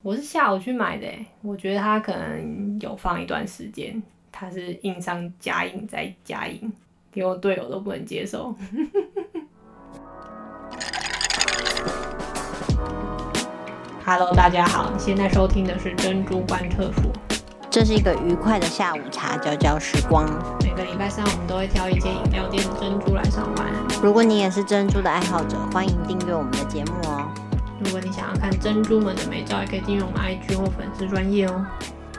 我是下午去买的我觉得它可能有放一段时间，它是印上加印再加印，连我队友都不能接受。Hello， 大家好，你现在收听的是珍珠观测所。 这是一个愉快的下午茶，交交时光。 每个礼拜三我们都会挑一间饮料店的珍珠来上班。 如果你也是珍珠的爱好者，欢迎订阅我们的节目哦。 如果你想要看珍珠们的美照，也可以订阅我们 IG 或粉丝专页哦。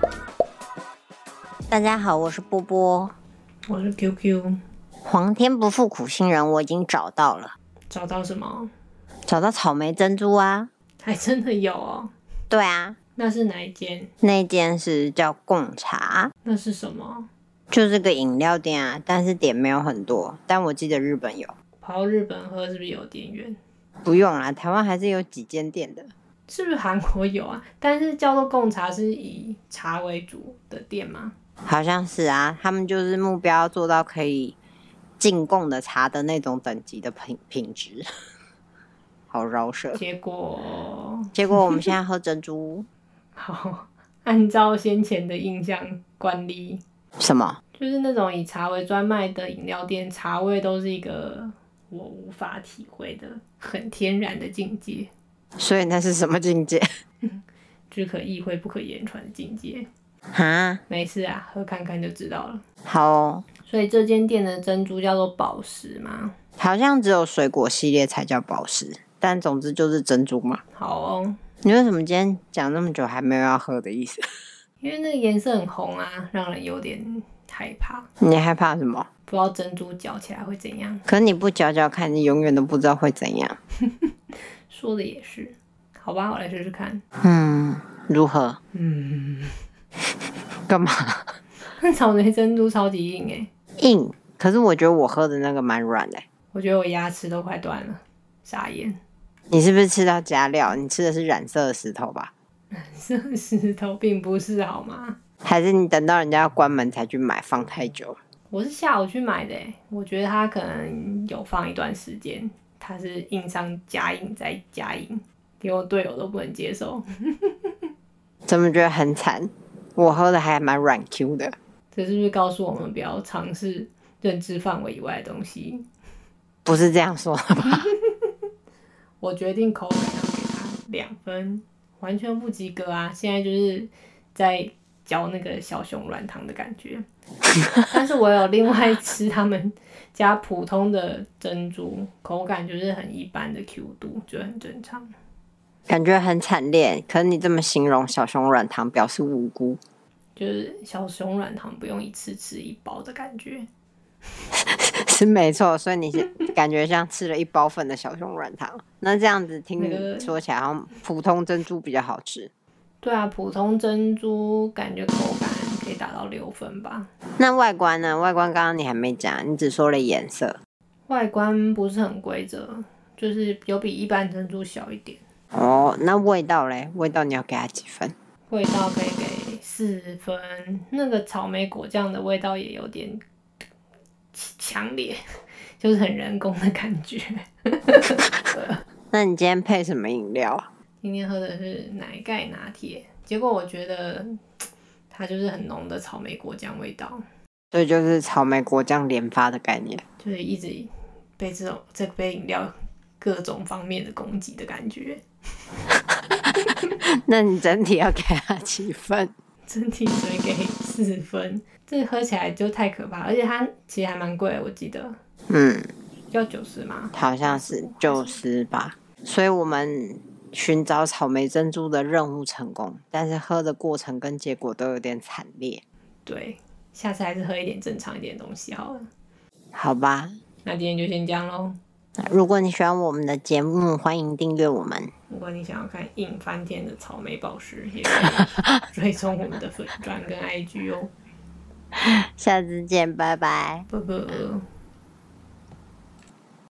大家好，我是波波， 我是 QQ。 皇天不负苦心人，我已经找到了。 找到什么？ 找到草莓珍珠啊！ 还真的有哦。 对啊。 那是哪一间？ 那间是叫贡茶。 那是什么？ 就是个饮料店啊，但是点没有很多，但我记得日本有。 跑到日本喝是不是有点远？ 不用啦，台湾还是有几间店的。 是不是韩国有啊？但是叫做贡茶是以茶为主的店吗？ 好像是啊，他们就是目标做到可以进贡的茶的那种等级的品质。好饶舌。 结果我们现在喝珍珠。 好，按照先前的印象惯例， 什么？ 就是那种以茶为专卖的饮料店，茶味都是一个我无法体会的很天然的境界。 所以那是什么境界？ 只可意会不可言传的境界。 哈？ 没事啊，喝看看就知道了。 好哦。 所以这间店的珍珠叫做宝石吗？ 好像只有水果系列才叫宝石，但总之就是珍珠嘛。 好哦。 你为什么今天讲那么久还没有要喝的意思？ 因为那个颜色很红啊，让人有点害怕。 你害怕什么？ 不知道珍珠嚼起来会怎样。 可是你不嚼嚼看，你永远都不知道会怎样。 说的也是。好吧，我来试试看。 如何？干嘛？ 草莓珍珠超级硬硬？可是我觉得我喝的那个蛮软的我觉得我牙齿都快断了，傻眼。 你是不是吃到加料？你吃的是染色的石头吧？ 染色石头并不是好吗？ 还是你等到人家要关门才去买，放太久了？ 我是下午去买的我觉得它可能有放一段时间，它是印上加印再加印，连我队友都不能接受。 怎么觉得很惨？我喝的还蛮软 Q 的。 这是不是告诉我们不要尝试认知范围以外的东西？ 不是这样说的吧？ 我决定口感要给它2分，完全不及格啊！现在就是在嚼那个小熊软糖的感觉。但是我有另外吃他们家普通的珍珠，口感就是很一般的 Q 度，就很正常。 感觉很惨烈，可是你这么形容小熊软糖，表示无辜。 就是小熊软糖不用一次吃一包的感觉。 是没错，所以你感觉像吃了1包份的小熊软糖。那这样子听你说起来，好像普通珍珠比较好吃。 对啊，普通珍珠感觉口感可以达到6分吧。 那外观呢？外观刚刚你还没讲，你只说了颜色。外观不是很规则，就是有比一般珍珠小一点。 哦，那味道嘞？味道你要给它几分？ 味道可以给4分。那个草莓果酱的味道也有点强烈，就是很人工的感觉。 那你今天配什么饮料啊？ 今天喝的是奶盖拿铁，结果我觉得它就是很浓的草莓果酱味道。 所以就是草莓果酱连发的概念， 就是一直被这杯饮料各种方面的攻击的感觉。 那你整体要给它几分？ 整体只给4分，这喝起来就太可怕，而且它其实还蛮贵的，我记得。要90吗？ 好像是90吧。所以我们寻找草莓珍珠的任务成功，但是喝的过程跟结果都有点惨烈。 对，下次还是喝一点正常一点的东西好了。好吧， 那今天就先这样咯。 如果你喜欢我们的节目，欢迎订阅我们。 如果你想要看硬翻天的草莓宝石，也可以追踪我们的粉专跟 IG 哦。 下次见，拜拜。 拜拜。